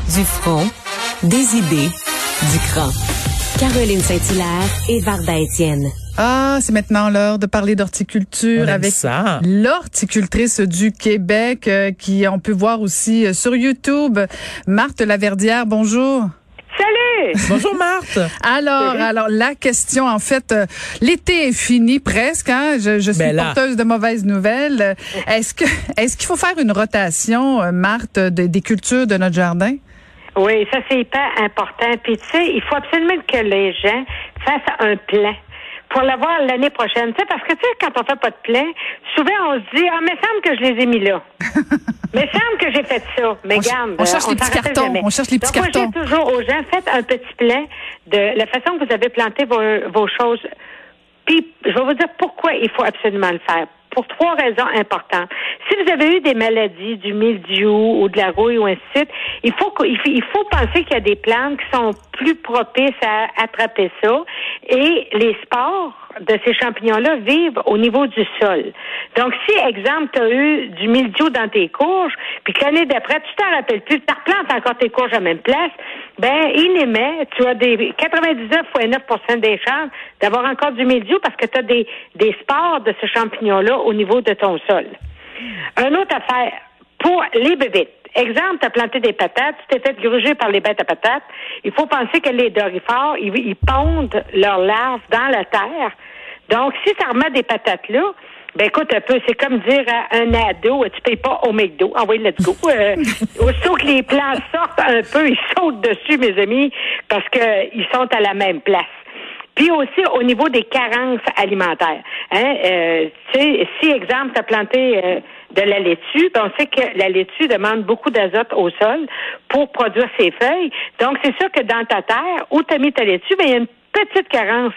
Du front, des idées, du cran. Caroline Saint-Hilaire et Varda Étienne. Ah, c'est maintenant l'heure de parler d'horticulture avec l'horticultrice du Québec qui on peut voir aussi sur YouTube, Marthe Laverdière. Bonjour. Salut! Bonjour Marthe. Alors la question en fait, l'été est fini presque. Hein? Je suis porteuse de mauvaises nouvelles. Est-ce qu'il faut faire une rotation, Marthe, des cultures de notre jardin? Oui, ça c'est hyper important. Puis tu sais, il faut absolument que les gens fassent un plan pour l'avoir l'année prochaine. Tu sais, parce que tu sais, quand on fait pas de plan, souvent on se dit, mais semble que je les ai mis là. Mais semble que j'ai fait ça. Mais garde, on cherche les petits cartons. Jamais. On cherche les petits cartons. Moi, je dis toujours aux gens, faites un petit plan de la façon que vous avez planté vos choses. Puis, je vais vous dire pourquoi il faut absolument le faire. Pour 3 raisons importantes. Si vous avez eu des maladies, du mildiou ou de la rouille ou ainsi de suite, il faut penser qu'il y a des plantes qui sont plus propices à attraper ça. Et les spores de ces champignons-là vivent au niveau du sol. Donc, si, exemple, tu as eu du mildiou dans tes courges, puis que l'année d'après, tu t'en rappelles plus, tu replantes encore tes courges à la même place, il émet, tu as des 99,9% des chances d'avoir encore du mildiou parce que tu as des spores de ce champignon-là au niveau de ton sol. Une autre affaire, pour les bébites. Exemple, tu as planté des patates, tu t'es fait gruger par les bêtes à patates. Il faut penser que les dorifores, ils pondent leurs larves dans la terre. Donc, si ça remet des patates là, écoute un peu, c'est comme dire à un ado, tu payes pas au McDo. Envoyez let's go. Aussitôt que les plants sortent un peu, ils sautent dessus, mes amis, parce que ils sont à la même place. Puis aussi, au niveau des carences alimentaires. Tu sais, si, exemple, tu as planté de la laitue, on sait que la laitue demande beaucoup d'azote au sol pour produire ses feuilles. Donc, c'est sûr que dans ta terre, où tu as mis ta laitue, il y a une petite carence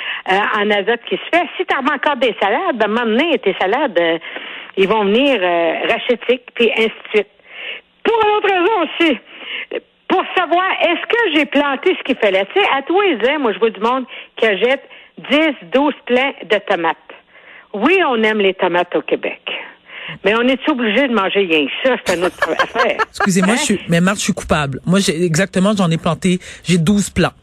en azote qui se fait. Si tu as encore des salades, à un moment donné, tes salades, ils vont venir rachitiques, puis ainsi de suite. Pour une autre raison aussi, pour savoir, est-ce que j'ai planté ce qu'il fallait? Tu sais, à tous les ans, moi, je vois du monde qui achète 10-12 plants de tomates. Oui, on aime les tomates au Québec. Mais on est obligé de manger rien que ça, c'est une autre affaire. Excusez-moi, Marthe, je suis coupable. Moi, j'en ai planté, j'ai 12 plants.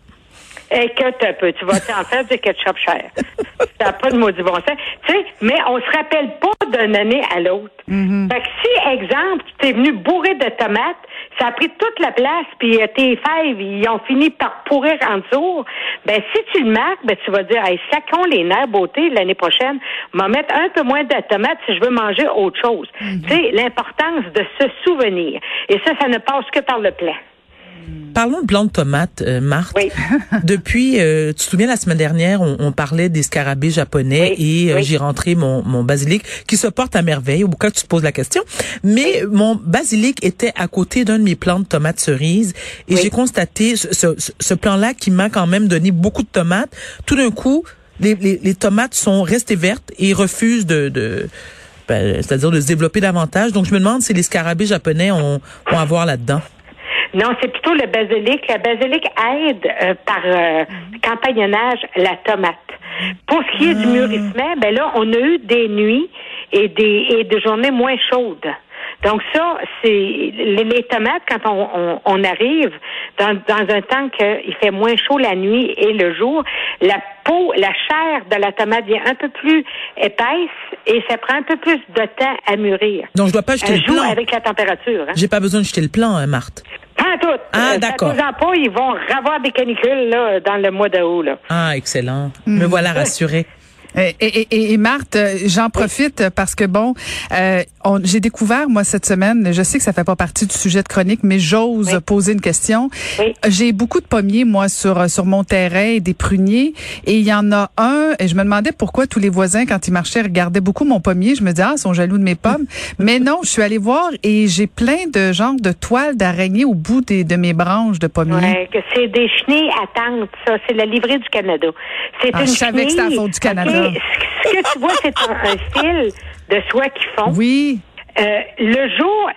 Écoute un peu, tu vas en faire du ketchup cher. T'as pas de maudit bon sens. Tu sais, mais on se rappelle pas d'une année à l'autre. Mm-hmm. Fait que si, exemple, tu t'es venu bourré de tomates, ça a pris toute la place, puis tes fèves, ils ont fini par pourrir en dessous, si tu le marques, tu vas dire, hey, sacons les nerfs beauté l'année prochaine, m'en mettre un peu moins de tomates si je veux manger autre chose. Mm-hmm. Tu sais, l'importance de se souvenir. Et ça ne passe que par le plan. Parlons de plants de tomates, Marthe. Oui. Depuis, tu te souviens, la semaine dernière, on parlait des scarabées japonais j'ai rentré mon basilic qui se porte à merveille, au cas où tu te poses la question. Mais mon basilic était à côté d'un de mes plants de tomates cerises et j'ai constaté ce plant-là qui m'a quand même donné beaucoup de tomates. Tout d'un coup, les tomates sont restées vertes et refusent c'est-à-dire de se développer davantage. Donc, je me demande si les scarabées japonais ont à voir là-dedans. Non, c'est plutôt le basilic. Le basilic aide par campagnonnage la tomate. Pour ce qui est du mûrissement, là, on a eu des nuits et des journées moins chaudes. Donc ça, c'est les tomates, quand on arrive dans un temps qu'il fait moins chaud la nuit et le jour, la peau, la chair de la tomate devient un peu plus épaisse et ça prend un peu plus de temps à mûrir. Donc je dois pas jeter le plant. Avec la température. Hein? J'ai pas besoin de jeter le plant, Marthe. Pas tout. Ah, d'accord. Pas, ils vont avoir des canicules là, dans le mois d'août. Là. Ah, excellent. Me voilà rassurée. Et Marthe, j'en profite parce que j'ai découvert moi cette semaine, je sais que ça fait pas partie du sujet de chronique, mais j'ose poser une question. Oui. J'ai beaucoup de pommiers moi sur mon terrain, des pruniers, et il y en a un et je me demandais pourquoi tous les voisins quand ils marchaient regardaient beaucoup mon pommier, je me disais ils sont jaloux de mes pommes. Mais non, je suis allée voir et j'ai plein de genres de toiles d'araignée au bout de mes branches de pommiers. Ouais, que c'est des chenilles à tente, ça, c'est la livrée du Canada. C'est une je savais que c'était la faute du Canada. Okay. Ce que tu vois, c'est un fil de soie qui fond. Oui. Le jour,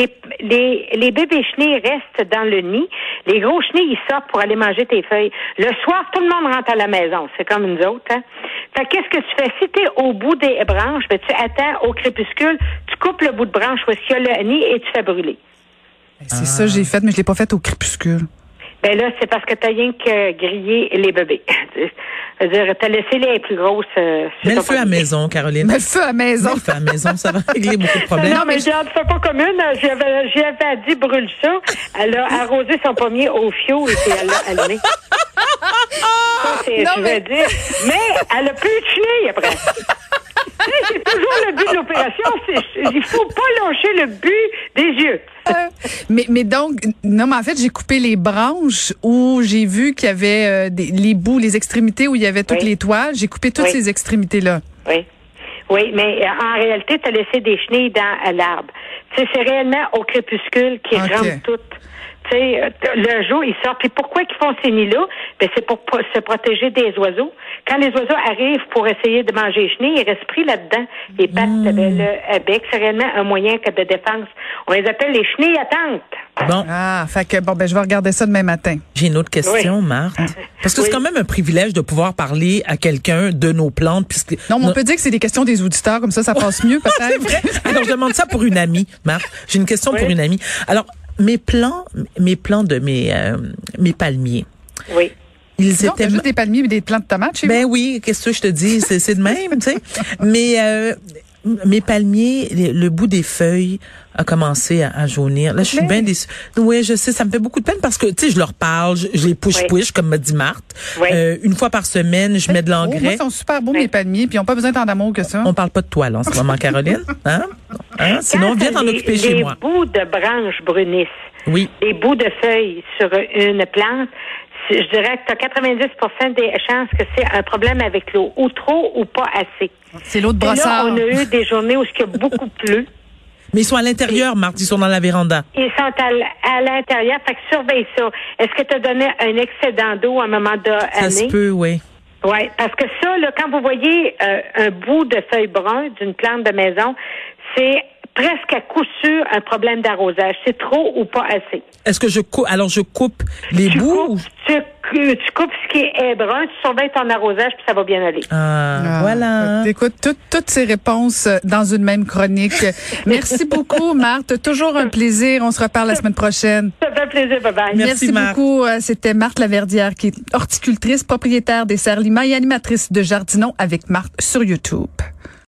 les bébés chenilles restent dans le nid. Les gros chenilles, ils sortent pour aller manger tes feuilles. Le soir, tout le monde rentre à la maison. C'est comme nous autres, hein. Fait qu'est-ce que tu fais? Si t'es au bout des branches, tu attends au crépuscule, tu coupes le bout de branche où il y a le nid et tu fais brûler. C'est ça j'ai fait, mais je l'ai pas fait au crépuscule. Ben là, c'est parce que t'as rien que grillé les bébés. C'est-à-dire, t'as laissé les plus grosses. Mets le feu à maison, Caroline. Mets le feu à maison. Mets le feu à maison, ça va régler beaucoup de problèmes. Non, mais Jeanne, fais pas comme une. J'avais dit brûle ça. Elle a arrosé son pommier au fioul et elle l'a allumé. Ça, c'est, je veux dire. Mais elle a plus de chenilles après. C'est toujours le but de l'opération. Il faut pas lâcher le but des yeux. Mais donc, non, mais en fait, j'ai coupé les branches où j'ai vu qu'il y avait les bouts, les extrémités où il y avait toutes les toiles. J'ai coupé toutes ces extrémités-là. Oui. Oui, mais en réalité, tu as laissé des chenilles dans l'arbre. Tu sais, c'est réellement au crépuscule qui rentrent toutes. Tu sais, le jour, ils sortent. Puis pourquoi ils font ces nids-là? Ben, c'est pour se protéger des oiseaux. Quand les oiseaux arrivent pour essayer de manger les chenilles, ils restent pris là-dedans. Les pattes, le bec, c'est réellement un moyen de défense. On les appelle les chenilles attentes. Bon. Ah, fait que bon, ben, je vais regarder ça demain matin. J'ai une autre question, Marthe. Parce que c'est quand même un privilège de pouvoir parler à quelqu'un de nos plantes. Puisque non, mais on peut dire que c'est des questions des auditeurs, comme ça passe mieux, peut-être. C'est vrai. Alors, je demande ça pour une amie, Marthe. J'ai une question pour une amie. Alors, mes plants de mes palmiers. Oui. Ils étaient juste des palmiers et des plants de tomates chez vous? Ben oui, qu'est-ce que je te dis, c'est de même, tu sais. Mais mes palmiers, le bout des feuilles a commencé à jaunir. Là, je suis bien déçue. Oui, je sais, ça me fait beaucoup de peine parce que, tu sais, je leur parle, je les push, comme m'a dit Marthe. Une fois par semaine, je mets de l'engrais. Moi, ils sont super beaux, mes palmiers, puis ils n'ont pas besoin tant d'amour que ça. On parle pas de toi, là, en ce moment, Caroline. Hein? Sinon, viens t'en occuper chez moi. Les bouts de branches brunissent. Oui. Les bouts de feuilles sur une plante, je dirais que tu as 90% des chances que c'est un problème avec l'eau, ou trop ou pas assez. C'est l'eau de brossard. Là, on a eu des journées où il y a beaucoup plu. Mais ils sont à l'intérieur, Marthe, ils sont dans la véranda. Ils sont à l'intérieur, fait que surveille ça. Est-ce que tu as donné un excédent d'eau à un moment donné? Ça se peut, oui. Oui, parce que ça, là, quand vous voyez un bout de feuille brun d'une plante de maison, c'est presque à coup sûr un problème d'arrosage. C'est trop ou pas assez. Est-ce que je coupe les bouts? Tu coupes ce qui est brun, tu surveilles ton arrosage, puis ça va bien aller. Voilà. Écoute, toutes ces réponses dans une même chronique. Merci beaucoup, Marthe. Toujours un plaisir. On se reparle la semaine prochaine. Ça fait plaisir. Bye-bye. Merci beaucoup. C'était Marthe Laverdière, qui est horticultrice, propriétaire des Serres Lima et animatrice de Jardinons avec Marthe sur YouTube.